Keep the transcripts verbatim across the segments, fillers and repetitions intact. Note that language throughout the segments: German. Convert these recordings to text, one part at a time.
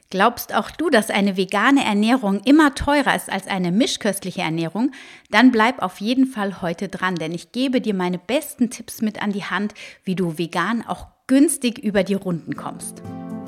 Glaubst auch du, dass eine vegane Ernährung immer teurer ist als eine mischköstliche Ernährung? Dann bleib auf jeden Fall heute dran, denn ich gebe dir meine besten Tipps mit an die Hand, wie du vegan auch günstig über die Runden kommst.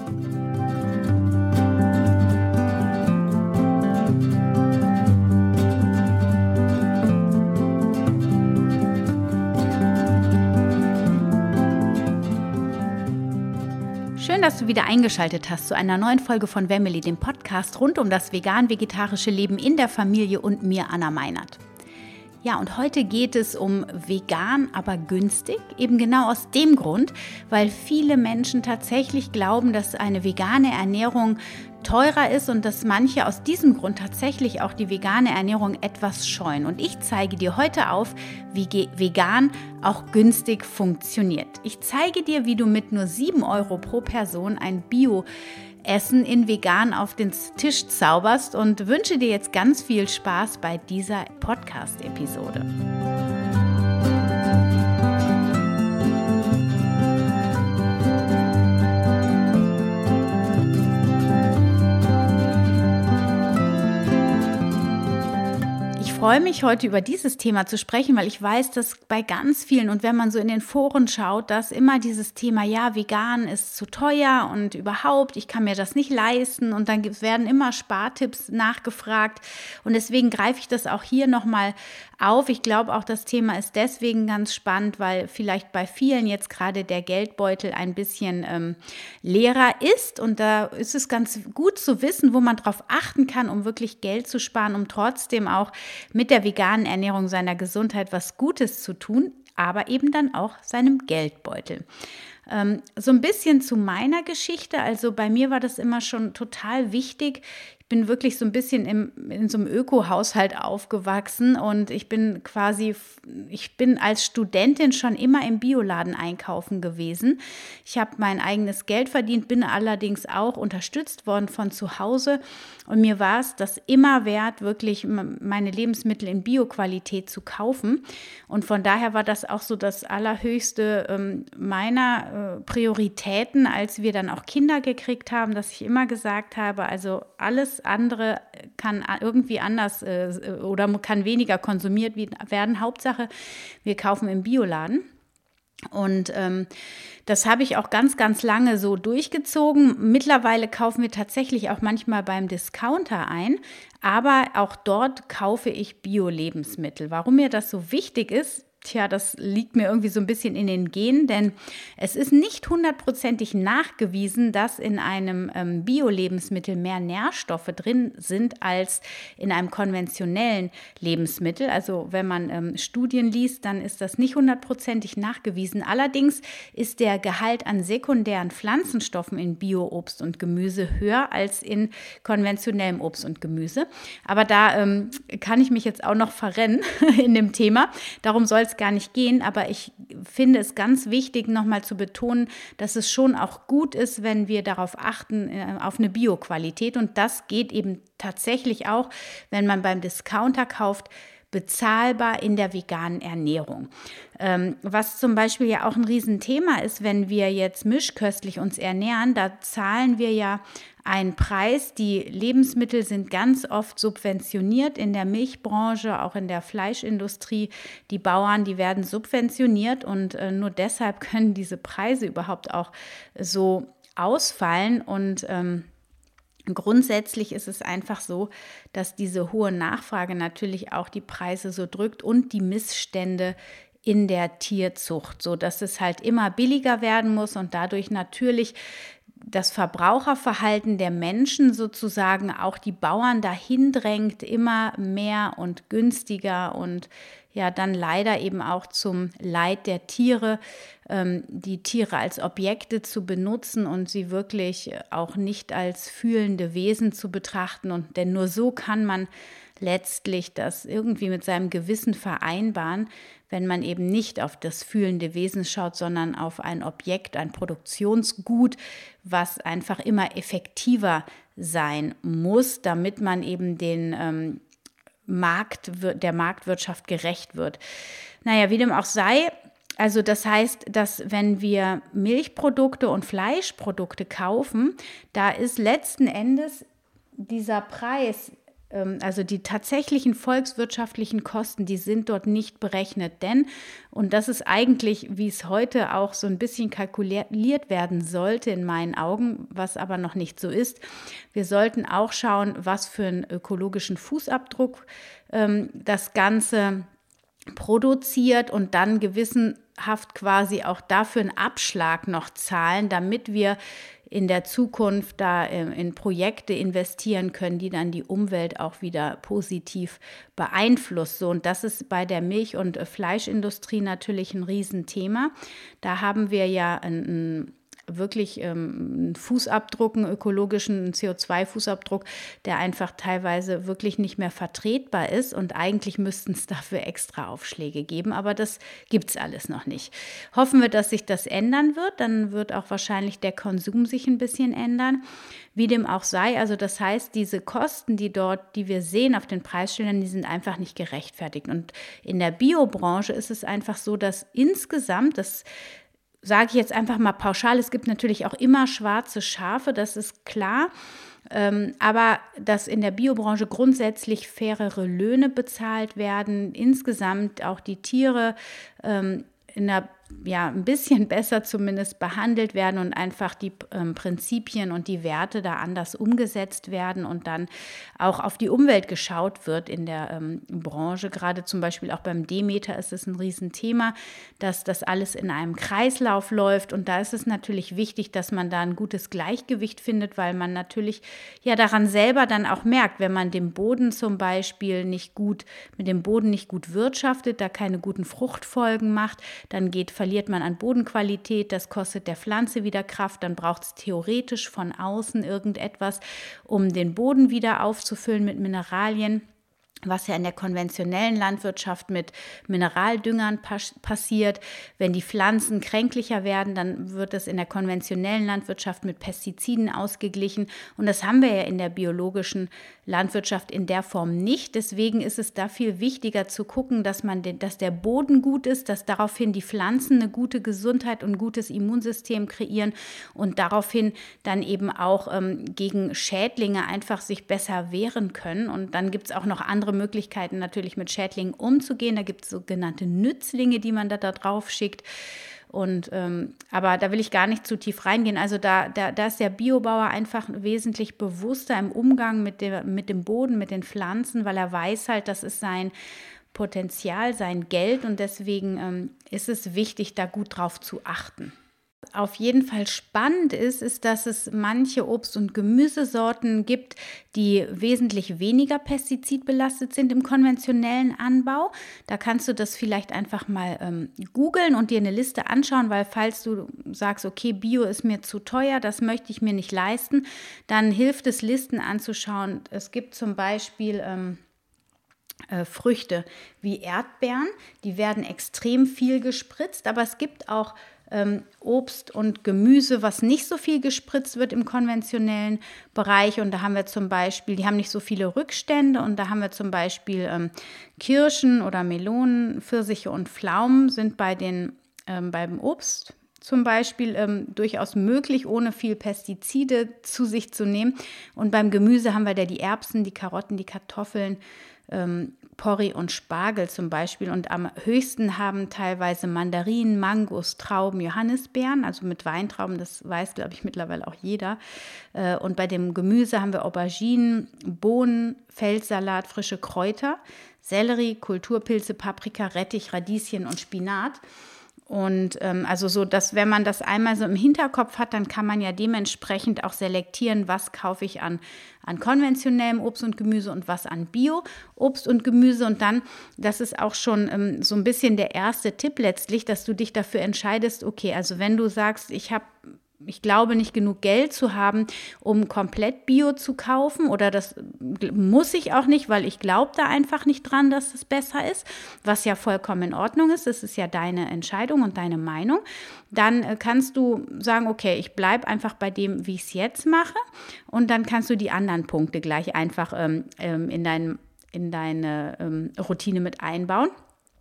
Schön, dass du wieder eingeschaltet hast zu einer neuen Folge von Wemmeli, dem Podcast rund um das vegan-vegetarische Leben in der Familie und mir, Anna Meinert. Ja, und heute geht es um vegan, aber günstig, eben genau aus dem Grund, weil viele Menschen tatsächlich glauben, dass eine vegane Ernährung teurer ist und dass manche aus diesem Grund tatsächlich auch die vegane Ernährung etwas scheuen. Und ich zeige dir heute auf, wie vegan auch günstig funktioniert. Ich zeige dir, wie du mit nur sieben Euro pro Person ein Bio-Essen in vegan auf den Tisch zauberst und wünsche dir jetzt ganz viel Spaß bei dieser Podcast-Episode. Ich freue mich, heute über dieses Thema zu sprechen, weil ich weiß, dass bei ganz vielen und wenn man so in den Foren schaut, dass immer dieses Thema, ja, vegan ist zu teuer und überhaupt, ich kann mir das nicht leisten und dann werden immer Spartipps nachgefragt und deswegen greife ich das auch hier nochmal auf. Ich glaube auch, das Thema ist deswegen ganz spannend, weil vielleicht bei vielen jetzt gerade der Geldbeutel ein bisschen ähm, leerer ist und da ist es ganz gut zu wissen, wo man drauf achten kann, um wirklich Geld zu sparen, um trotzdem auch mit der veganen Ernährung seiner Gesundheit was Gutes zu tun, aber eben dann auch seinem Geldbeutel. Ähm, so ein bisschen zu meiner Geschichte, also bei mir war das immer schon total wichtig. Ich bin wirklich so ein bisschen im, in so einem Öko-Haushalt aufgewachsen und ich bin quasi, ich bin als Studentin schon immer im Bioladen einkaufen gewesen. Ich habe mein eigenes Geld verdient, bin allerdings auch unterstützt worden von zu Hause und mir war es das immer wert, wirklich meine Lebensmittel in Bio-Qualität zu kaufen und von daher war das auch so das allerhöchste ähm, meiner äh, Prioritäten, als wir dann auch Kinder gekriegt haben, dass ich immer gesagt habe, also alles andere kann irgendwie anders äh, oder kann weniger konsumiert werden. Hauptsache, wir kaufen im Bioladen. Und ähm, das habe ich auch ganz, ganz lange so durchgezogen. Mittlerweile kaufen wir tatsächlich auch manchmal beim Discounter ein, aber auch dort kaufe ich Bio-Lebensmittel. Warum mir das so wichtig ist, tja, das liegt mir irgendwie so ein bisschen in den Genen, denn es ist nicht hundertprozentig nachgewiesen, dass in einem ähm, Bio-Lebensmittel mehr Nährstoffe drin sind als in einem konventionellen Lebensmittel. Also wenn man ähm, Studien liest, dann ist das nicht hundertprozentig nachgewiesen. Allerdings ist der Gehalt an sekundären Pflanzenstoffen in Bio-Obst und Gemüse höher als in konventionellem Obst und Gemüse. Aber da ähm, kann ich mich jetzt auch noch verrennen in dem Thema. Darum soll es gar nicht gehen, aber ich finde es ganz wichtig, nochmal zu betonen, dass es schon auch gut ist, wenn wir darauf achten, äh, auf eine Bio-Qualität und das geht eben tatsächlich auch, wenn man beim Discounter kauft, bezahlbar in der veganen Ernährung. Ähm, was zum Beispiel ja auch ein Riesenthema ist, wenn wir jetzt mischköstlich uns ernähren, da zahlen wir ja einen Preis. Die Lebensmittel sind ganz oft subventioniert in der Milchbranche, auch in der Fleischindustrie. Die Bauern, die werden subventioniert und äh, nur deshalb können diese Preise überhaupt auch so ausfallen und ähm, grundsätzlich ist es einfach so, dass diese hohe Nachfrage natürlich auch die Preise so drückt und die Missstände in der Tierzucht, sodass es halt immer billiger werden muss und dadurch natürlich das Verbraucherverhalten der Menschen sozusagen auch die Bauern dahin drängt, immer mehr und günstiger und ja dann leider eben auch zum Leid der Tiere, ähm, die Tiere als Objekte zu benutzen und sie wirklich auch nicht als fühlende Wesen zu betrachten. Und denn nur so kann man letztlich das irgendwie mit seinem Gewissen vereinbaren, wenn man eben nicht auf das fühlende Wesen schaut, sondern auf ein Objekt, ein Produktionsgut, was einfach immer effektiver sein muss, damit man eben den ähm, Markt, der Marktwirtschaft gerecht wird. Naja, wie dem auch sei, Also das heißt, dass wenn wir Milchprodukte und Fleischprodukte kaufen, da ist letzten Endes dieser Preis, ähm, also die tatsächlichen volkswirtschaftlichen Kosten, die sind dort nicht berechnet. Denn, und das ist eigentlich, wie es heute auch so ein bisschen kalkuliert werden sollte in meinen Augen, was aber noch nicht so ist, wir sollten auch schauen, was für einen ökologischen Fußabdruck ähm, das Ganze produziert und dann gewissenhaft quasi auch dafür einen Abschlag noch zahlen, damit wir in der Zukunft da in Projekte investieren können, die dann die Umwelt auch wieder positiv beeinflussen. So, und das ist bei der Milch- und Fleischindustrie natürlich ein Riesenthema. Da haben wir ja ein, ein wirklich ähm, einen Fußabdruck, einen ökologischen C O zwei Fußabdruck, der einfach teilweise wirklich nicht mehr vertretbar ist und eigentlich müssten es dafür extra Aufschläge geben, aber das gibt es alles noch nicht. Hoffen wir, dass sich das ändern wird, dann wird auch wahrscheinlich der Konsum sich ein bisschen ändern. Wie dem auch sei, also das heißt, diese Kosten, die dort, die wir sehen auf den Preisschildern, die sind einfach nicht gerechtfertigt. Und in der Biobranche ist es einfach so, dass insgesamt das sage ich jetzt einfach mal pauschal, es gibt natürlich auch immer schwarze Schafe, das ist klar, ähm, aber dass in der Biobranche grundsätzlich fairere Löhne bezahlt werden, insgesamt auch die Tiere ähm, in einer ja, ein bisschen besser zumindest behandelt werden und einfach die ähm, Prinzipien und die Werte da anders umgesetzt werden und dann auch auf die Umwelt geschaut wird in der ähm, Branche. Gerade zum Beispiel auch beim Demeter ist es ein Riesenthema, dass das alles in einem Kreislauf läuft und da ist es natürlich wichtig, dass man da ein gutes Gleichgewicht findet, weil man natürlich ja daran selber dann auch merkt, wenn man dem Boden zum Beispiel nicht gut, mit dem Boden nicht gut wirtschaftet, da keine guten Fruchtfolgen macht, dann geht verliert man an Bodenqualität, das kostet der Pflanze wieder Kraft, dann braucht es theoretisch von außen irgendetwas, um den Boden wieder aufzufüllen mit Mineralien, was ja in der konventionellen Landwirtschaft mit Mineraldüngern pas- passiert. Wenn die Pflanzen kränklicher werden, dann wird es in der konventionellen Landwirtschaft mit Pestiziden ausgeglichen. Und das haben wir ja in der biologischen Landwirtschaft in der Form nicht. Deswegen ist es da viel wichtiger zu gucken, dass man den, dass der Boden gut ist, dass daraufhin die Pflanzen eine gute Gesundheit und ein gutes Immunsystem kreieren und daraufhin dann eben auch ähm, gegen Schädlinge einfach sich besser wehren können. Und dann gibt es auch noch andere Möglichkeiten, natürlich mit Schädlingen umzugehen. Da gibt es sogenannte Nützlinge, die man da, da drauf schickt. Und, ähm, aber da will ich gar nicht zu tief reingehen. Also da, da, da ist der Biobauer einfach wesentlich bewusster im Umgang mit, der, mit dem Boden, mit den Pflanzen, weil er weiß halt, das ist sein Potenzial, sein Geld und deswegen ähm, ist es wichtig, da gut drauf zu achten. Auf jeden Fall spannend ist, ist, dass es manche Obst- und Gemüsesorten gibt, die wesentlich weniger pestizidbelastet sind im konventionellen Anbau. Da kannst du das vielleicht einfach mal ähm, googeln und dir eine Liste anschauen, weil falls du sagst, okay, Bio ist mir zu teuer, das möchte ich mir nicht leisten, dann hilft es, Listen anzuschauen. Es gibt zum Beispiel ähm, äh, Früchte wie Erdbeeren, die werden extrem viel gespritzt, aber es gibt auch Ähm, Obst und Gemüse, was nicht so viel gespritzt wird im konventionellen Bereich. Und da haben wir zum Beispiel, die haben nicht so viele Rückstände und da haben wir zum Beispiel ähm, Kirschen oder Melonen, Pfirsiche und Pflaumen sind bei den, ähm, beim Obst zum Beispiel ähm, durchaus möglich, ohne viel Pestizide zu sich zu nehmen. Und beim Gemüse haben wir da die Erbsen, die Karotten, die Kartoffeln, ähm, Porree und Spargel zum Beispiel. Und am höchsten haben teilweise Mandarinen, Mangos, Trauben, Johannisbeeren, also mit Weintrauben, das weiß, glaube ich, mittlerweile auch jeder. Äh, und bei dem Gemüse haben wir Auberginen, Bohnen, Feldsalat, frische Kräuter, Sellerie, Kulturpilze, Paprika, Rettich, Radieschen und Spinat. Und ähm, also so, dass wenn man das einmal so im Hinterkopf hat, dann kann man ja dementsprechend auch selektieren, was kaufe ich an, an konventionellem Obst und Gemüse und was an Bio-Obst und Gemüse. Und dann, das ist auch schon ähm, so ein bisschen der erste Tipp letztlich, dass du dich dafür entscheidest, okay, also wenn du sagst, ich habe Ich glaube nicht genug Geld zu haben, um komplett Bio zu kaufen oder das muss ich auch nicht, weil ich glaube da einfach nicht dran, dass es besser ist, was ja vollkommen in Ordnung ist. Das ist ja deine Entscheidung und deine Meinung. Dann äh, kannst du sagen, okay, ich bleibe einfach bei dem, wie ich es jetzt mache und dann kannst du die anderen Punkte gleich einfach ähm, ähm, in, dein, in deine ähm, Routine mit einbauen.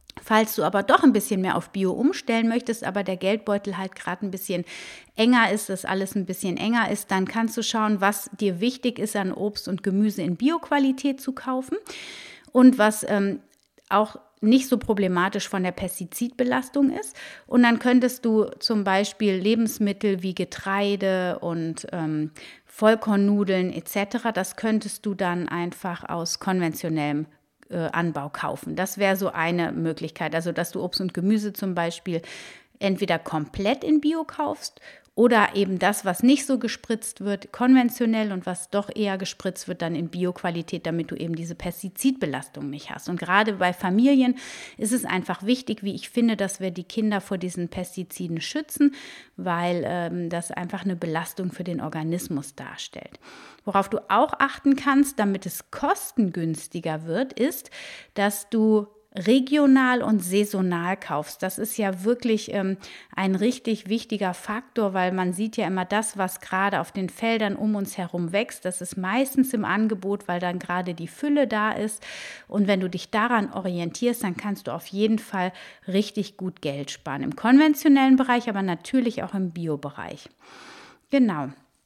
Falls du aber doch ein bisschen mehr auf Bio umstellen möchtest, aber der Geldbeutel halt gerade ein bisschen enger ist, dass alles ein bisschen enger ist, dann kannst du schauen, was dir wichtig ist, an Obst und Gemüse in Bio-Qualität zu kaufen und was ähm, auch nicht so problematisch von der Pestizidbelastung ist. Und dann könntest du zum Beispiel Lebensmittel wie Getreide und ähm, Vollkornnudeln et cetera, das könntest du dann einfach aus konventionellem Anbau kaufen. Das wäre so eine Möglichkeit, also dass du Obst und Gemüse zum Beispiel entweder komplett in Bio kaufst oder eben das, was nicht so gespritzt wird, konventionell und was doch eher gespritzt wird, dann in Bio-Qualität, damit du eben diese Pestizidbelastung nicht hast. Und gerade bei Familien ist es einfach wichtig, wie ich finde, dass wir die Kinder vor diesen Pestiziden schützen, weil ähm, das einfach eine Belastung für den Organismus darstellt. Worauf du auch achten kannst, damit es kostengünstiger wird, ist, dass du regional und saisonal kaufst. Das ist ja wirklich ähm, ein richtig wichtiger Faktor, weil man sieht ja immer das, was gerade auf den Feldern um uns herum wächst. Das ist meistens im Angebot, weil dann gerade die Fülle da ist. Und wenn du dich daran orientierst, dann kannst du auf jeden Fall richtig gut Geld sparen. Im konventionellen Bereich, aber natürlich auch im Bio-Bereich. Genau.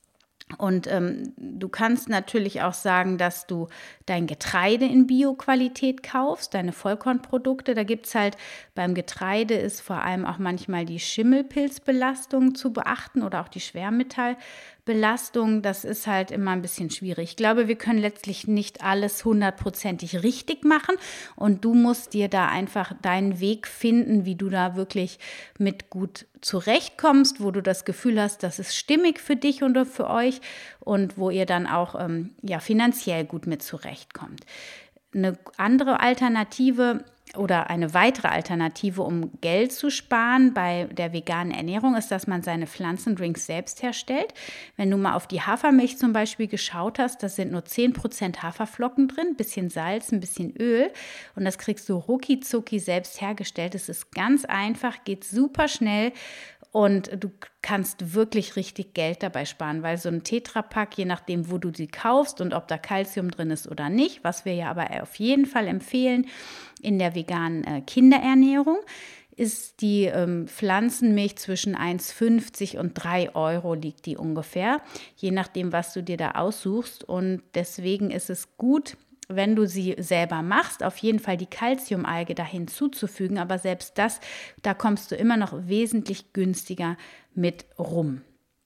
Und ähm, du kannst natürlich auch sagen, dass du dein Getreide in Bio-Qualität kaufst, deine Vollkornprodukte. Da gibt es halt beim Getreide ist vor allem auch manchmal die Schimmelpilzbelastung zu beachten oder auch die Schwermetallbelastung. Das ist halt immer ein bisschen schwierig. Ich glaube, wir können letztlich nicht alles hundertprozentig richtig machen und du musst dir da einfach deinen Weg finden, wie du da wirklich mit gut zurechtkommst, wo du das Gefühl hast, das ist stimmig für dich und für euch und wo ihr dann auch ähm, ja, finanziell gut mit zurechtkommt. Eine andere Alternative oder eine weitere Alternative, um Geld zu sparen bei der veganen Ernährung, ist, dass man seine Pflanzendrinks selbst herstellt. Wenn du mal auf die Hafermilch zum Beispiel geschaut hast, da sind nur zehn Prozent Haferflocken drin, ein bisschen Salz, ein bisschen Öl und das kriegst du rucki zucki selbst hergestellt. Es ist ganz einfach, geht super schnell und du kannst wirklich richtig Geld dabei sparen, weil so ein Tetrapack, je nachdem, wo du sie kaufst und ob da Kalzium drin ist oder nicht, was wir ja aber auf jeden Fall empfehlen in der veganen äh, Kinderernährung, ist die ähm, Pflanzenmilch zwischen eins fünfzig und drei Euro liegt die ungefähr, je nachdem, was du dir da aussuchst. Und deswegen ist es gut, wenn du sie selber machst, auf jeden Fall die Calciumalge da hinzuzufügen, aber selbst das, da kommst du immer noch wesentlich günstiger mit rum.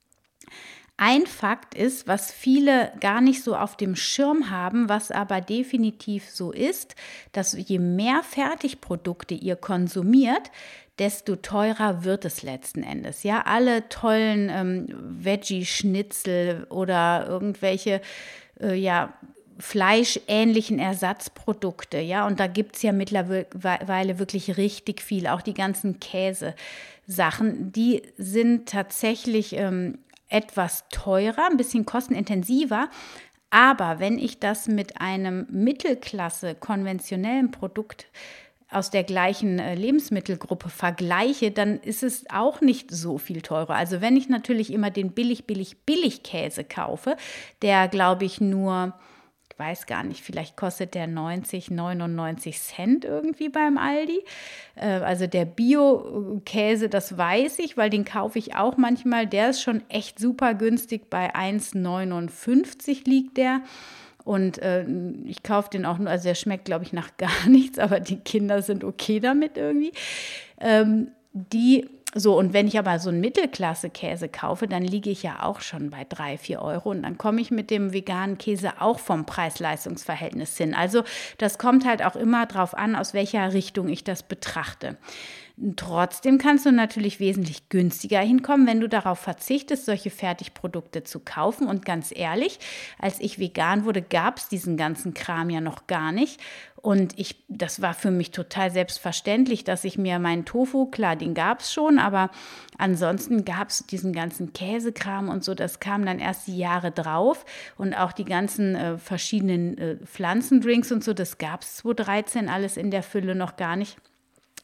Ein Fakt ist, was viele gar nicht so auf dem Schirm haben, was aber definitiv so ist, dass je mehr Fertigprodukte ihr konsumiert, desto teurer wird es letzten Endes. Ja, alle tollen ähm, Veggie-Schnitzel oder irgendwelche, äh, ja, fleischähnlichen Ersatzprodukte, ja, und da gibt es ja mittlerweile wirklich richtig viel, auch die ganzen Käsesachen, die sind tatsächlich ähm, etwas teurer, ein bisschen kostenintensiver, aber wenn ich das mit einem Mittelklasse konventionellen Produkt aus der gleichen Lebensmittelgruppe vergleiche, dann ist es auch nicht so viel teurer. Also wenn ich natürlich immer den billig, billig, billig Käse kaufe, der, glaube ich, nur weiß gar nicht, vielleicht kostet der neunzig, neunundneunzig Cent irgendwie beim Aldi. Also der Bio-Käse, das weiß ich, weil den kaufe ich auch manchmal. Der ist schon echt super günstig, bei eins neunundfünfzig liegt der. Und äh, ich kaufe den auch nur, also der schmeckt, glaube ich, nach gar nichts, aber die Kinder sind okay damit irgendwie. Ähm, die So, und wenn ich aber so einen Mittelklasse-Käse kaufe, dann liege ich ja auch schon bei drei, vier Euro und dann komme ich mit dem veganen Käse auch vom Preis-Leistungs-Verhältnis hin. Also das kommt halt auch immer drauf an, aus welcher Richtung ich das betrachte. Trotzdem kannst du natürlich wesentlich günstiger hinkommen, wenn du darauf verzichtest, solche Fertigprodukte zu kaufen. Und ganz ehrlich, als ich vegan wurde, gab es diesen ganzen Kram ja noch gar nicht. Und ich, das war für mich total selbstverständlich, dass ich mir meinen Tofu, klar, den gab es schon, aber ansonsten gab es diesen ganzen Käsekram und so, das kam dann erst die Jahre drauf. Und auch die ganzen äh, verschiedenen äh, Pflanzendrinks und so, das gab es zwanzig dreizehn alles in der Fülle noch gar nicht.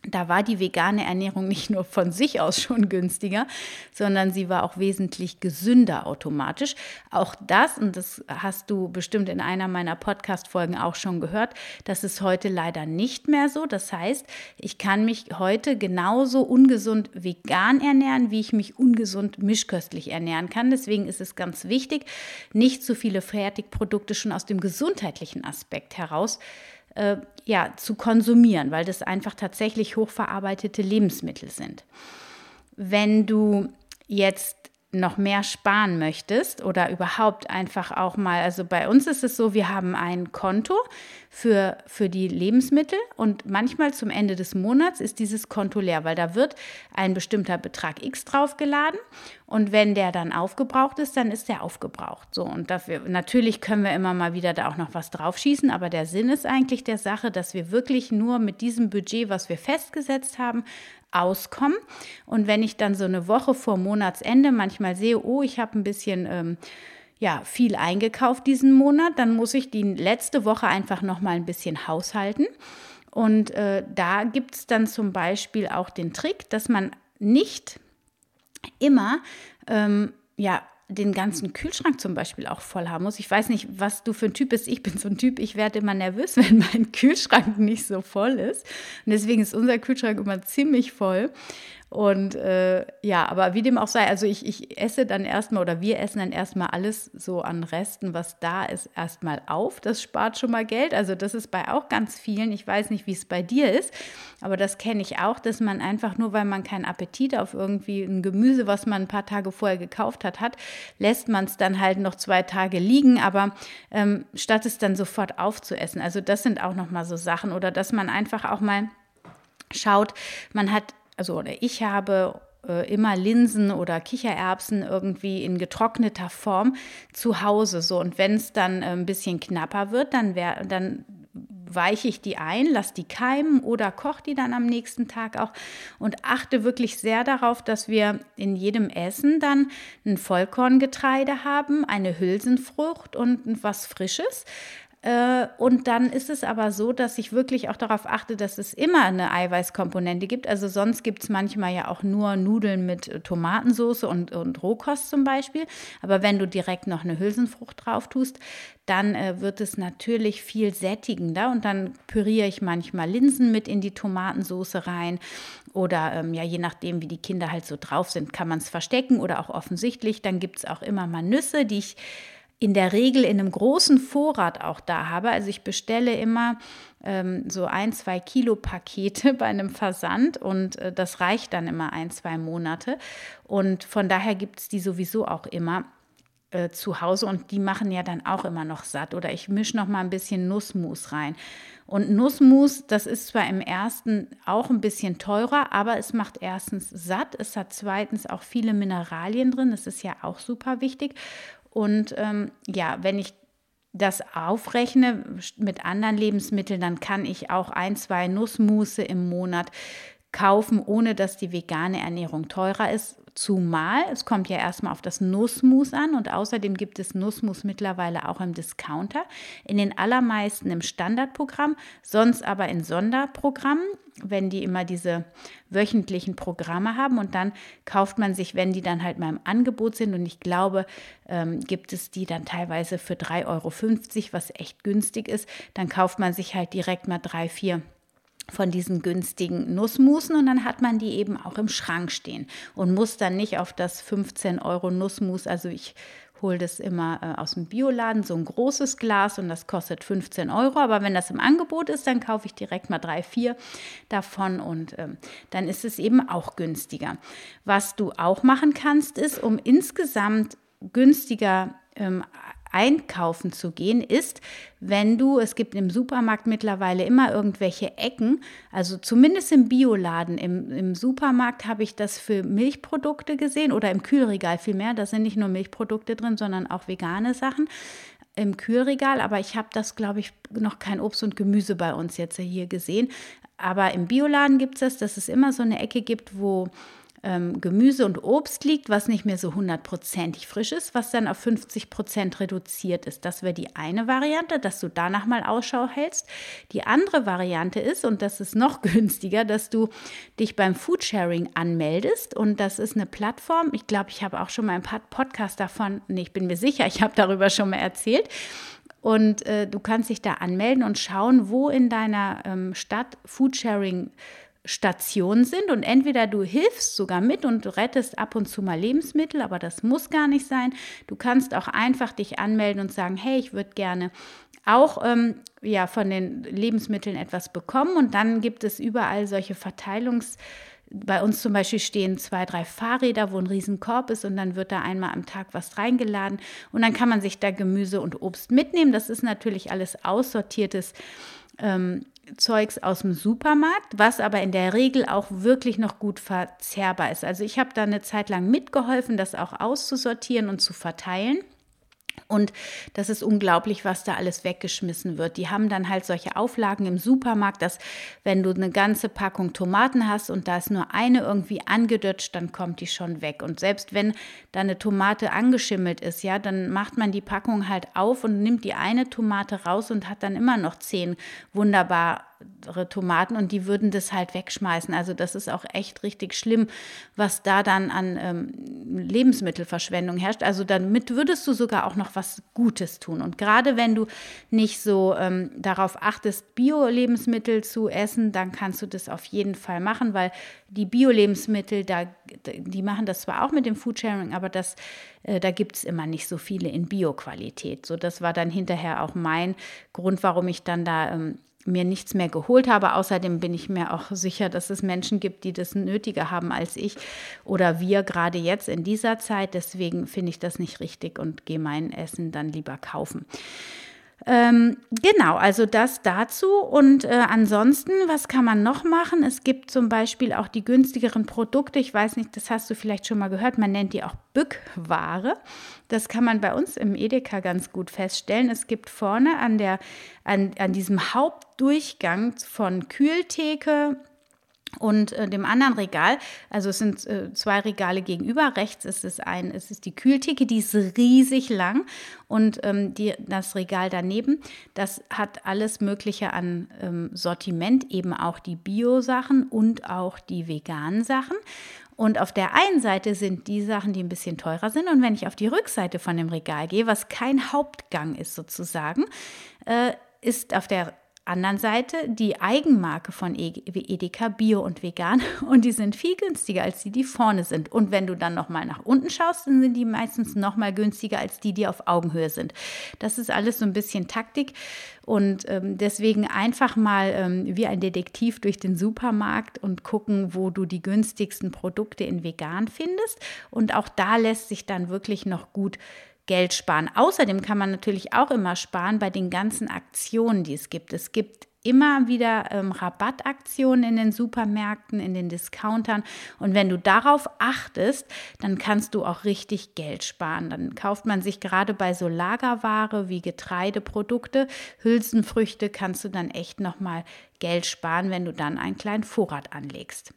Da war die vegane Ernährung nicht nur von sich aus schon günstiger, sondern sie war auch wesentlich gesünder automatisch. Auch das, und das hast du bestimmt in einer meiner Podcast-Folgen auch schon gehört, das ist heute leider nicht mehr so. Das heißt, ich kann mich heute genauso ungesund vegan ernähren, wie ich mich ungesund mischköstlich ernähren kann. Deswegen ist es ganz wichtig, nicht zu viele Fertigprodukte schon aus dem gesundheitlichen Aspekt heraus Äh, ja, zu konsumieren, weil das einfach tatsächlich hochverarbeitete Lebensmittel sind. Wenn du jetzt noch mehr sparen möchtest oder überhaupt einfach auch mal, also bei uns ist es so, wir haben ein Konto für, für die Lebensmittel und manchmal zum Ende des Monats ist dieses Konto leer, weil da wird ein bestimmter Betrag X draufgeladen und wenn der dann aufgebraucht ist, dann ist der aufgebraucht. So, und dafür, natürlich können wir immer mal wieder da auch noch was draufschießen, aber der Sinn ist eigentlich der Sache, dass wir wirklich nur mit diesem Budget, was wir festgesetzt haben, auskommen. Und wenn ich dann so eine Woche vor Monatsende manchmal sehe, oh, ich habe ein bisschen ähm, ja, viel eingekauft diesen Monat, dann muss ich die letzte Woche einfach noch mal ein bisschen haushalten. Und äh, da gibt es dann zum Beispiel auch den Trick, dass man nicht immer ähm, ja, den ganzen Kühlschrank zum Beispiel auch voll haben muss. Ich weiß nicht, was du für ein Typ bist. Ich bin so ein Typ, ich werde immer nervös, wenn mein Kühlschrank nicht so voll ist. Und deswegen ist unser Kühlschrank immer ziemlich voll. Und äh, ja, aber wie dem auch sei, also ich, ich esse dann erstmal oder wir essen dann erstmal alles so an Resten, was da ist, erstmal auf. Das spart schon mal Geld. Also das ist bei auch ganz vielen. Ich weiß nicht, wie es bei dir ist, aber das kenne ich auch, dass man einfach nur, weil man keinen Appetit auf irgendwie ein Gemüse, was man ein paar Tage vorher gekauft hat, hat, lässt man es dann halt noch zwei Tage liegen, aber ähm, statt es dann sofort aufzuessen. Also das sind auch nochmal so Sachen oder dass man einfach auch mal schaut, man hat Also oder ich habe äh, immer Linsen oder Kichererbsen irgendwie in getrockneter Form zu Hause. So. Und wenn es dann äh, ein bisschen knapper wird, dann, wär, dann weiche ich die ein, lasse die keimen oder koche die dann am nächsten Tag auch und achte wirklich sehr darauf, dass wir in jedem Essen dann ein Vollkorngetreide haben, eine Hülsenfrucht und was Frisches. Und dann ist es aber so, dass ich wirklich auch darauf achte, dass es immer eine Eiweißkomponente gibt. Also sonst gibt es manchmal ja auch nur Nudeln mit Tomatensauce und, und Rohkost zum Beispiel. Aber wenn du direkt noch eine Hülsenfrucht drauf tust, dann äh, wird es natürlich viel sättigender. Und dann püriere ich manchmal Linsen mit in die Tomatensauce rein. Oder ähm, ja, je nachdem, wie die Kinder halt so drauf sind, kann man es verstecken oder auch offensichtlich. Dann gibt es auch immer mal Nüsse, die ich in der Regel in einem großen Vorrat auch da habe. Also ich bestelle immer ähm, so ein, zwei Kilo Pakete bei einem Versand und äh, das reicht dann immer ein, zwei Monate. Und von daher gibt es die sowieso auch immer äh, zu Hause und die machen ja dann auch immer noch satt. Oder ich mische noch mal ein bisschen Nussmus rein. Und Nussmus, das ist zwar im ersten auch ein bisschen teurer, aber es macht erstens satt. Es hat zweitens auch viele Mineralien drin. Das ist ja auch super wichtig. Und ähm, ja, wenn ich das aufrechne mit anderen Lebensmitteln, dann kann ich auch ein, zwei Nussmusse im Monat kaufen, ohne dass die vegane Ernährung teurer ist. Zumal, es kommt ja erstmal auf das Nussmus an und außerdem gibt es Nussmus mittlerweile auch im Discounter, in den allermeisten im Standardprogramm, sonst aber in Sonderprogrammen, wenn die immer diese wöchentlichen Programme haben und dann kauft man sich, wenn die dann halt mal im Angebot sind und ich glaube, ähm, gibt es die dann teilweise für drei Euro fünfzig, was echt günstig ist, dann kauft man sich halt direkt mal drei, vier von diesen günstigen Nussmusen und dann hat man die eben auch im Schrank stehen und muss dann nicht auf das fünfzehn Euro Nussmus, also ich hole das immer äh, aus dem Bioladen, so ein großes Glas und das kostet fünfzehn Euro, aber wenn das im Angebot ist, dann kaufe ich direkt mal drei, vier davon und ähm, dann ist es eben auch günstiger. Was du auch machen kannst, ist, um insgesamt günstiger ähm, einkaufen zu gehen, ist, wenn du, es gibt im Supermarkt mittlerweile immer irgendwelche Ecken, also zumindest im Bioladen, im, im Supermarkt habe ich das für Milchprodukte gesehen oder im Kühlregal vielmehr, da sind nicht nur Milchprodukte drin, sondern auch vegane Sachen im Kühlregal, aber ich habe das, glaube ich, noch kein Obst und Gemüse bei uns jetzt hier gesehen, aber im Bioladen gibt es das, dass es immer so eine Ecke gibt, wo ähm, Gemüse und Obst liegt, was nicht mehr so hundertprozentig frisch ist, was dann auf fünfzig Prozent reduziert ist. Das wäre die eine Variante, dass du danach mal Ausschau hältst. Die andere Variante ist, und das ist noch günstiger, dass du dich beim Foodsharing anmeldest. Und das ist eine Plattform. Ich glaube, ich habe auch schon mal einen Podcast davon, nee, ich bin mir sicher, ich habe darüber schon mal erzählt. Und äh, du kannst dich da anmelden und schauen, wo in deiner ähm, Stadt Foodsharing Stationen sind, und entweder du hilfst sogar mit und rettest ab und zu mal Lebensmittel, aber das muss gar nicht sein. Du kannst auch einfach dich anmelden und sagen, hey, ich würde gerne auch ähm, ja, von den Lebensmitteln etwas bekommen, und dann gibt es überall solche Verteilungs- Bei uns zum Beispiel stehen zwei, drei Fahrräder, wo ein Riesenkorb ist, und dann wird da einmal am Tag was reingeladen und dann kann man sich da Gemüse und Obst mitnehmen. Das ist natürlich alles aussortiertes ähm, Zeugs aus dem Supermarkt, was aber in der Regel auch wirklich noch gut verzehrbar ist. Also ich habe da eine Zeit lang mitgeholfen, das auch auszusortieren und zu verteilen. Und das ist unglaublich, was da alles weggeschmissen wird. Die haben dann halt solche Auflagen im Supermarkt, dass wenn du eine ganze Packung Tomaten hast und da ist nur eine irgendwie angedutscht, dann kommt die schon weg. Und selbst wenn da eine Tomate angeschimmelt ist, ja, dann macht man die Packung halt auf und nimmt die eine Tomate raus und hat dann immer noch zehn wunderbare Tomaten, und die würden das halt wegschmeißen. Also das ist auch echt richtig schlimm, was da dann an ähm, Lebensmittelverschwendung herrscht. Also damit würdest du sogar auch noch was Gutes tun. Und gerade wenn du nicht so ähm, darauf achtest, Bio-Lebensmittel zu essen, dann kannst du das auf jeden Fall machen, weil die Bio-Lebensmittel, da, die machen das zwar auch mit dem Foodsharing, aber das, äh, da gibt es immer nicht so viele in Bio-Qualität. So, das war dann hinterher auch mein Grund, warum ich dann da ähm, mir nichts mehr geholt habe. Außerdem bin ich mir auch sicher, dass es Menschen gibt, die das nötiger haben als ich oder wir gerade jetzt in dieser Zeit. Deswegen finde ich das nicht richtig und gehe mein Essen dann lieber kaufen. Ähm, genau, also das dazu. Und äh, ansonsten, was kann man noch machen? Es gibt zum Beispiel auch die günstigeren Produkte. Ich weiß nicht, das hast du vielleicht schon mal gehört. Man nennt die auch Bückware. Das kann man bei uns im Edeka ganz gut feststellen. Es gibt vorne an, der, an, an diesem Hauptdurchgang von Kühltheke und äh, dem anderen Regal, also es sind äh, zwei Regale gegenüber, rechts ist es ein, es ist die Kühltheke, die ist riesig lang, und ähm, die, das Regal daneben, das hat alles Mögliche an ähm, Sortiment, eben auch die Bio-Sachen und auch die veganen Sachen. Und auf der einen Seite sind die Sachen, die ein bisschen teurer sind, und wenn ich auf die Rückseite von dem Regal gehe, was kein Hauptgang ist sozusagen, äh, ist auf der anderen Seite die Eigenmarke von Edeka, Bio und Vegan, und die sind viel günstiger als die, die vorne sind. Und wenn du dann nochmal nach unten schaust, dann sind die meistens nochmal günstiger als die, die auf Augenhöhe sind. Das ist alles so ein bisschen Taktik, und ähm, deswegen einfach mal ähm, wie ein Detektiv durch den Supermarkt und gucken, wo du die günstigsten Produkte in vegan findest, und auch da lässt sich dann wirklich noch gut Geld sparen. Außerdem kann man natürlich auch immer sparen bei den ganzen Aktionen, die es gibt. Es gibt immer wieder ähm, Rabattaktionen in den Supermärkten, in den Discountern, und wenn du darauf achtest, dann kannst du auch richtig Geld sparen. Dann kauft man sich gerade bei so Lagerware wie Getreideprodukte, Hülsenfrüchte, kannst du dann echt nochmal Geld sparen, wenn du dann einen kleinen Vorrat anlegst.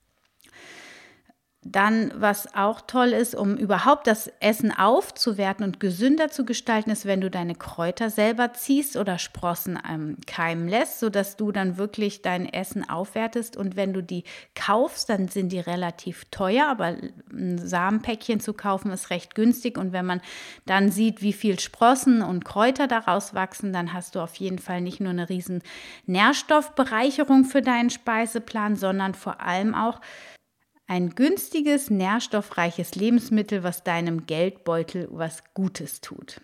Dann, was auch toll ist, um überhaupt das Essen aufzuwerten und gesünder zu gestalten, ist, wenn du deine Kräuter selber ziehst oder Sprossen ähm, keimen lässt, sodass du dann wirklich dein Essen aufwertest. Und wenn du die kaufst, dann sind die relativ teuer, aber ein Samenpäckchen zu kaufen ist recht günstig. Und wenn man dann sieht, wie viel Sprossen und Kräuter daraus wachsen, dann hast du auf jeden Fall nicht nur eine riesen Nährstoffbereicherung für deinen Speiseplan, sondern vor allem auch ein günstiges, nährstoffreiches Lebensmittel, was deinem Geldbeutel was Gutes tut.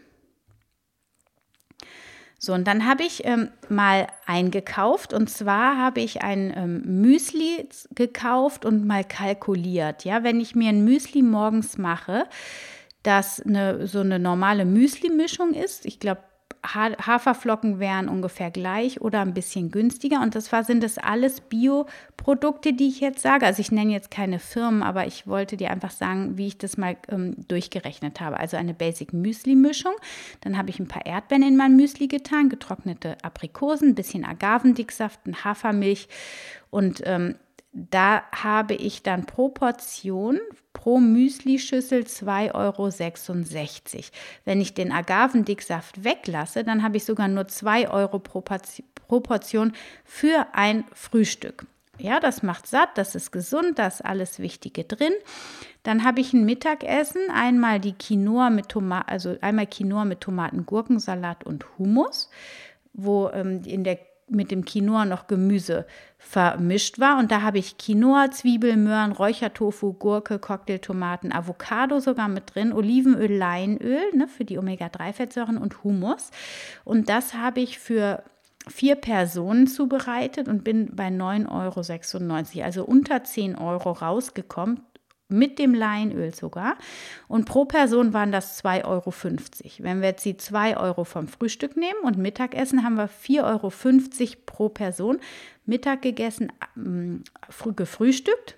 So, und dann habe ich ähm, mal eingekauft, und zwar habe ich ein ähm, Müsli gekauft und mal kalkuliert. Ja, wenn ich mir ein Müsli morgens mache, das eine, so eine normale Müsli-Mischung ist, ich glaube, Haferflocken wären ungefähr gleich oder ein bisschen günstiger, und das war, sind das alles Bioprodukte, die ich jetzt sage. Also ich nenne jetzt keine Firmen, aber ich wollte dir einfach sagen, wie ich das mal ähm, durchgerechnet habe. Also eine Basic Müsli-Mischung, dann habe ich ein paar Erdbeeren in mein Müsli getan, getrocknete Aprikosen, ein bisschen Agavendicksaft, ein Hafermilch und ähm, da habe ich dann pro Portion, pro Müslischüssel zwei Euro sechsundsechzig. Wenn ich den Agavendicksaft weglasse, dann habe ich sogar nur zwei Euro pro Portion für ein Frühstück. Ja, das macht satt, das ist gesund, da ist alles Wichtige drin. Dann habe ich ein Mittagessen, einmal die Quinoa mit Tomaten, also einmal Quinoa mit Tomaten, Gurkensalat und Hummus, wo ähm, in der mit dem Quinoa noch Gemüse vermischt war. Und da habe ich Quinoa, Zwiebel, Möhren, Räuchertofu, Gurke, Cocktailtomaten, Avocado sogar mit drin, Olivenöl, Leinöl, ne, für die Omega drei Fettsäuren und Hummus. Und das habe ich für vier Personen zubereitet und bin bei neun Euro sechsundneunzig, also unter zehn Euro rausgekommen. Mit dem Leinöl sogar. Und pro Person waren das zwei Euro fünfzig. Wenn wir jetzt die zwei Euro vom Frühstück nehmen und Mittagessen, haben wir vier Euro fünfzig pro Person. Mittag gegessen, ähm, gefrühstückt.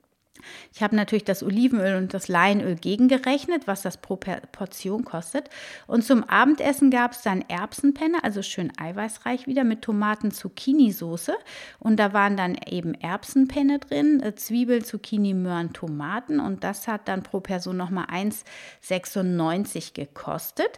Ich habe natürlich das Olivenöl und das Leinöl gegengerechnet, was das pro Portion kostet. Und zum Abendessen gab es dann Erbsenpenne, also schön eiweißreich wieder mit Tomaten-Zucchini-Soße. Und da waren dann eben Erbsenpenne drin, Zwiebel, Zucchini, Möhren, Tomaten. Und das hat dann pro Person nochmal eins Euro sechsundneunzig gekostet.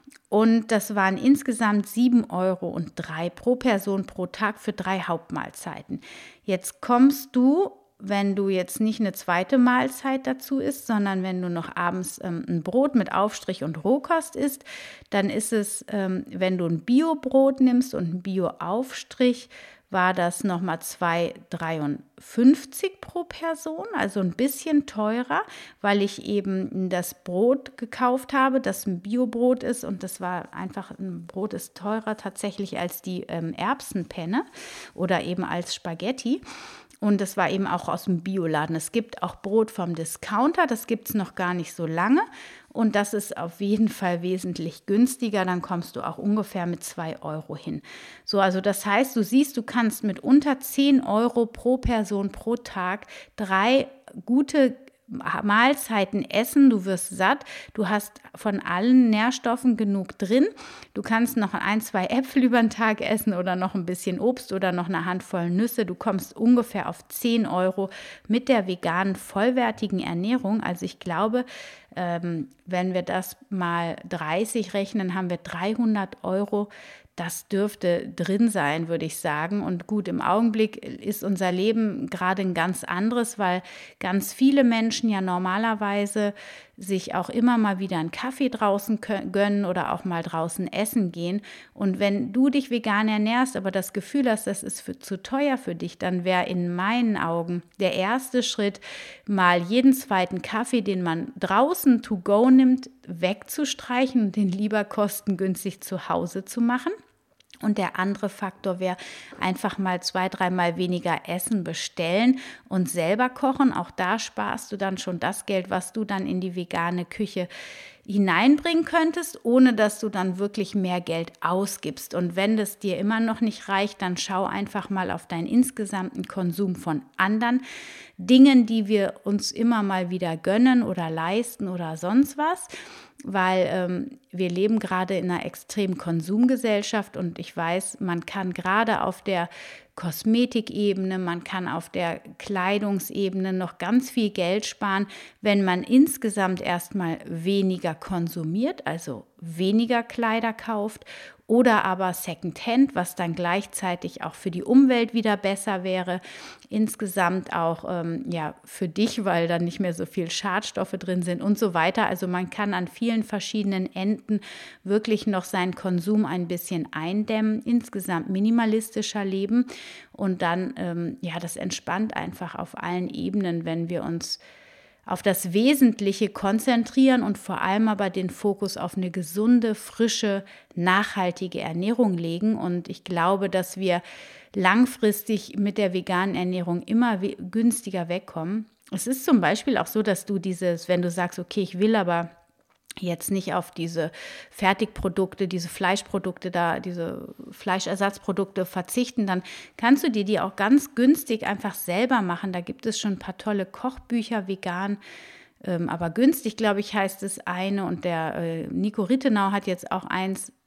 Und das waren insgesamt sieben Euro und drei pro Person pro Tag für drei Hauptmahlzeiten. Jetzt kommst du, wenn du jetzt nicht eine zweite Mahlzeit dazu isst, sondern wenn du noch abends ähm, ein Brot mit Aufstrich und Rohkost isst, dann ist es, ähm, wenn du ein Bio-Brot nimmst und ein Bio-Aufstrich, war das nochmal zwei Euro dreiundfünfzig pro Person, also ein bisschen teurer, weil ich eben das Brot gekauft habe, das ein Bio-Brot ist und das war einfach, ein Brot ist teurer tatsächlich als die ähm, Erbsenpenne oder eben als Spaghetti. Und das war eben auch aus dem Bioladen. Es gibt auch Brot vom Discounter, das gibt es noch gar nicht so lange. Und das ist auf jeden Fall wesentlich günstiger. Dann kommst du auch ungefähr mit zwei Euro hin. So, also das heißt, du siehst, du kannst mit unter zehn Euro pro Person pro Tag drei gute Mahlzeiten essen, du wirst satt, du hast von allen Nährstoffen genug drin, du kannst noch ein, zwei Äpfel über den Tag essen oder noch ein bisschen Obst oder noch eine Handvoll Nüsse, du kommst ungefähr auf zehn Euro mit der veganen, vollwertigen Ernährung. Also ich glaube, ähm, wenn wir das mal dreißig rechnen, haben wir dreihundert Euro. Das dürfte drin sein, würde ich sagen. Und gut, im Augenblick ist unser Leben gerade ein ganz anderes, weil ganz viele Menschen ja normalerweise sich auch immer mal wieder einen Kaffee draußen gönnen oder auch mal draußen essen gehen. Und wenn du dich vegan ernährst, aber das Gefühl hast, das ist für, zu teuer für dich, dann wäre in meinen Augen der erste Schritt, mal jeden zweiten Kaffee, den man draußen to go nimmt, wegzustreichen und den lieber kostengünstig zu Hause zu machen. Und der andere Faktor wäre einfach mal zwei, dreimal weniger Essen bestellen und selber kochen. Auch da sparst du dann schon das Geld, was du dann in die vegane Küche hineinbringen könntest, ohne dass du dann wirklich mehr Geld ausgibst. Und wenn das dir immer noch nicht reicht, dann schau einfach mal auf deinen insgesamten Konsum von anderen Dingen, die wir uns immer mal wieder gönnen oder leisten oder sonst was. Weil ähm, wir leben gerade in einer extremen Konsumgesellschaft und ich weiß, man kann gerade auf der Kosmetikebene, man kann auf der Kleidungsebene noch ganz viel Geld sparen, wenn man insgesamt erstmal weniger konsumiert, also weniger Kleider kauft oder aber Secondhand, was dann gleichzeitig auch für die Umwelt wieder besser wäre. Insgesamt auch ähm, ja, für dich, weil dann nicht mehr so viel Schadstoffe drin sind und so weiter. Also man kann an vielen verschiedenen Enden wirklich noch seinen Konsum ein bisschen eindämmen, insgesamt minimalistischer leben und dann, ähm, ja, das entspannt einfach auf allen Ebenen, wenn wir uns auf das Wesentliche konzentrieren und vor allem aber den Fokus auf eine gesunde, frische, nachhaltige Ernährung legen. Und ich glaube, dass wir langfristig mit der veganen Ernährung immer we- günstiger wegkommen. Es ist zum Beispiel auch so, dass du dieses, wenn du sagst, okay, ich will aber jetzt nicht auf diese Fertigprodukte, diese Fleischprodukte da, diese Fleischersatzprodukte verzichten, dann kannst du dir die auch ganz günstig einfach selber machen. Da gibt es schon ein paar tolle Kochbücher vegan, ähm, aber günstig, glaube ich, heißt es eine. Und der äh, Nico Rittenau hat jetzt auch eins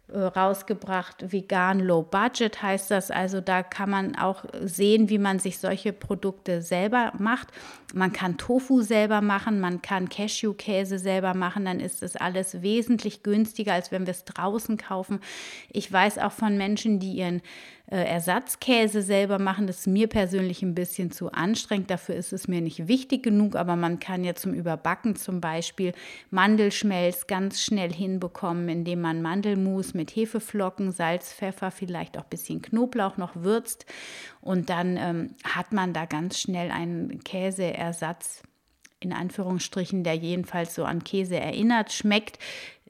rausgebracht, vegan low budget heißt das, also da kann man auch sehen, wie man sich solche Produkte selber macht. Man kann Tofu selber machen, man kann Cashewkäse selber machen, dann ist das alles wesentlich günstiger, als wenn wir es draußen kaufen. Ich weiß auch von Menschen, die ihren äh, Ersatzkäse selber machen, das ist mir persönlich ein bisschen zu anstrengend, dafür ist es mir nicht wichtig genug, aber man kann ja zum Überbacken zum Beispiel Mandelschmelz ganz schnell hinbekommen, indem man Mandelmus mit Hefeflocken, Salz, Pfeffer, vielleicht auch ein bisschen Knoblauch noch würzt und dann ähm, hat man da ganz schnell einen Käseersatz, in Anführungsstrichen, der jedenfalls so an Käse erinnert, schmeckt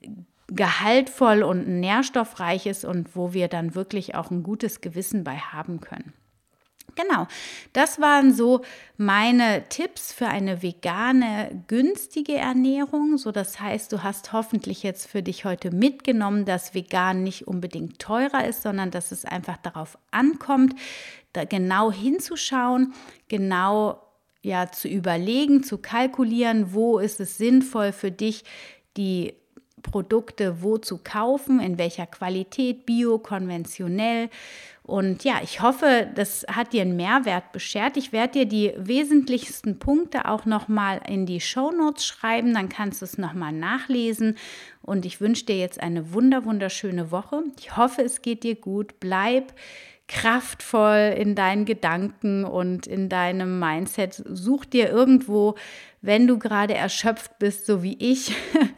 gehaltvoll und nährstoffreich ist und wo wir dann wirklich auch ein gutes Gewissen bei haben können. Genau, das waren so meine Tipps für eine vegane, günstige Ernährung. So, das heißt, du hast hoffentlich jetzt für dich heute mitgenommen, dass vegan nicht unbedingt teurer ist, sondern dass es einfach darauf ankommt, da genau hinzuschauen, genau ja, zu überlegen, zu kalkulieren, wo ist es sinnvoll für dich, die Produkte wo zu kaufen, in welcher Qualität, bio, konventionell. Und ja, ich hoffe, das hat dir einen Mehrwert beschert. Ich werde dir die wesentlichsten Punkte auch nochmal in die Shownotes schreiben, dann kannst du es nochmal nachlesen. Und ich wünsche dir jetzt eine wunder, wunderschöne Woche. Ich hoffe, es geht dir gut. Bleib kraftvoll in deinen Gedanken und in deinem Mindset. Such dir irgendwo, wenn du gerade erschöpft bist, so wie ich.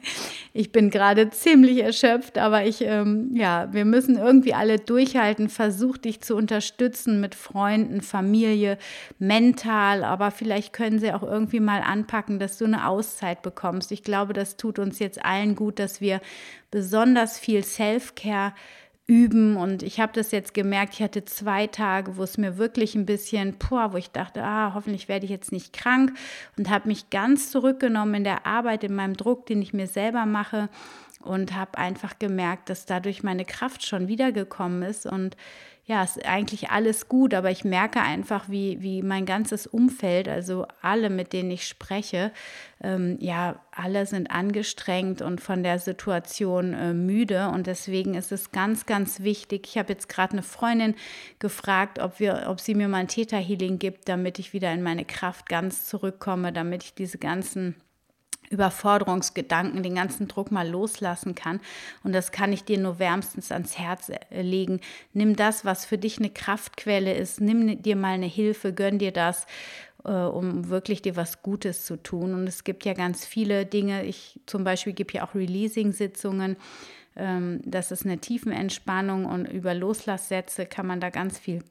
Ich bin gerade ziemlich erschöpft, aber ich, ähm, ja, wir müssen irgendwie alle durchhalten. Versuch dich zu unterstützen mit Freunden, Familie, mental, aber vielleicht können sie auch irgendwie mal anpacken, dass du eine Auszeit bekommst. Ich glaube, das tut uns jetzt allen gut, dass wir besonders viel Self-Care üben und ich habe das jetzt gemerkt, ich hatte zwei Tage, wo es mir wirklich ein bisschen, boah, wo ich dachte, ah, hoffentlich werde ich jetzt nicht krank und habe mich ganz zurückgenommen in der Arbeit, in meinem Druck, den ich mir selber mache und habe einfach gemerkt, dass dadurch meine Kraft schon wiedergekommen ist und ja, es ist eigentlich alles gut, aber ich merke einfach, wie, wie mein ganzes Umfeld, also alle, mit denen ich spreche, ähm, ja, alle sind angestrengt und von der Situation äh, müde und deswegen ist es ganz, ganz wichtig. Ich habe jetzt gerade eine Freundin gefragt, ob wir, ob sie mir mal ein Theta Healing gibt, damit ich wieder in meine Kraft ganz zurückkomme, damit ich diese ganzen Überforderungsgedanken, den ganzen Druck mal loslassen kann. Und das kann ich dir nur wärmstens ans Herz legen. Nimm das, was für dich eine Kraftquelle ist. Nimm dir mal eine Hilfe, gönn dir das, äh, um wirklich dir was Gutes zu tun. Und es gibt ja ganz viele Dinge. Ich zum Beispiel gebe ja auch Releasing-Sitzungen. Ähm, das ist eine Tiefenentspannung und über Loslasssätze kann man da ganz viel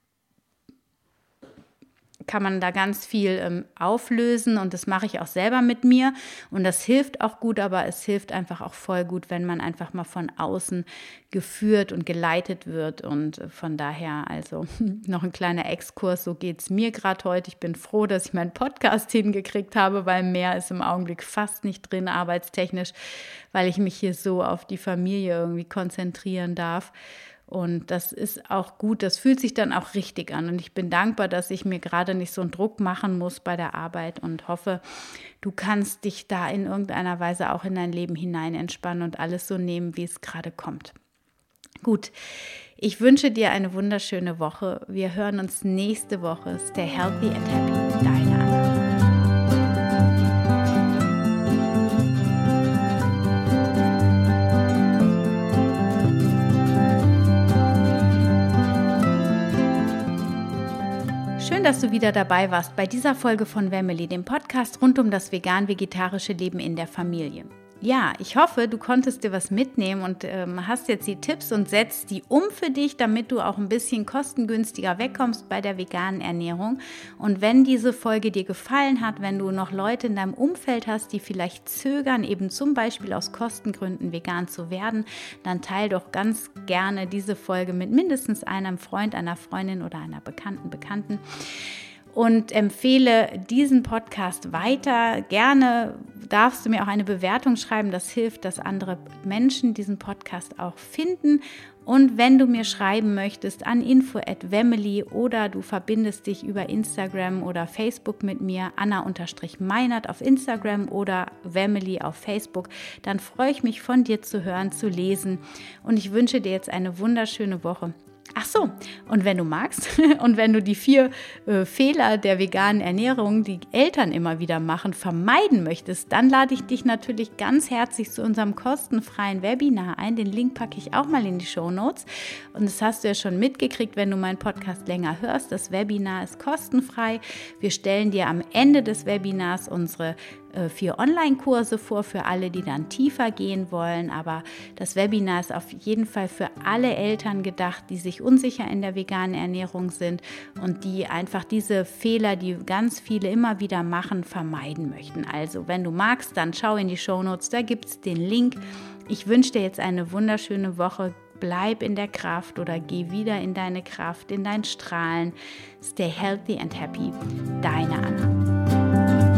kann man da ganz viel ähm, auflösen und das mache ich auch selber mit mir und das hilft auch gut, aber es hilft einfach auch voll gut, wenn man einfach mal von außen geführt und geleitet wird und äh, von daher also noch ein kleiner Exkurs, so geht es mir gerade heute. Ich bin froh, dass ich meinen Podcast hingekriegt habe, weil mehr ist im Augenblick fast nicht drin, arbeitstechnisch, weil ich mich hier so auf die Familie irgendwie konzentrieren darf. Und das ist auch gut, das fühlt sich dann auch richtig an. Und ich bin dankbar, dass ich mir gerade nicht so einen Druck machen muss bei der Arbeit und hoffe, du kannst dich da in irgendeiner Weise auch in dein Leben hinein entspannen und alles so nehmen, wie es gerade kommt. Gut, ich wünsche dir eine wunderschöne Woche. Wir hören uns nächste Woche. Stay healthy and happy. Deine Anna. Schön, dass du wieder dabei warst bei dieser Folge von Wemmeli, dem Podcast rund um das vegan-vegetarische Leben in der Familie. Ja, ich hoffe, du konntest dir was mitnehmen und ähm, hast jetzt die Tipps und setzt die um für dich, damit du auch ein bisschen kostengünstiger wegkommst bei der veganen Ernährung. Und wenn diese Folge dir gefallen hat, wenn du noch Leute in deinem Umfeld hast, die vielleicht zögern, eben zum Beispiel aus Kostengründen vegan zu werden, dann teil doch ganz gerne diese Folge mit mindestens einem Freund, einer Freundin oder einer Bekannten, Bekannten. Und empfehle diesen Podcast weiter. Gerne darfst du mir auch eine Bewertung schreiben. Das hilft, dass andere Menschen diesen Podcast auch finden. Und wenn du mir schreiben möchtest an info at wemmeli oder du verbindest dich über Instagram oder Facebook mit mir, Anna-Meinert auf Instagram oder Wemmeli auf Facebook, dann freue ich mich, von dir zu hören, zu lesen. Und ich wünsche dir jetzt eine wunderschöne Woche. Ach so, und wenn du magst und wenn du die vier äh, Fehler der veganen Ernährung, die Eltern immer wieder machen, vermeiden möchtest, dann lade ich dich natürlich ganz herzlich zu unserem kostenfreien Webinar ein. Den Link packe ich auch mal in die Shownotes. Und das hast du ja schon mitgekriegt, wenn du meinen Podcast länger hörst. Das Webinar ist kostenfrei. Wir stellen dir am Ende des Webinars unsere vier Online-Kurse vor für alle, die dann tiefer gehen wollen, aber das Webinar ist auf jeden Fall für alle Eltern gedacht, die sich unsicher in der veganen Ernährung sind und die einfach diese Fehler, die ganz viele immer wieder machen, vermeiden möchten. Also wenn du magst, dann schau in die Shownotes, da gibt es den Link. Ich wünsche dir jetzt eine wunderschöne Woche. Bleib in der Kraft oder geh wieder in deine Kraft, in dein Strahlen. Stay healthy and happy. Deine Anna.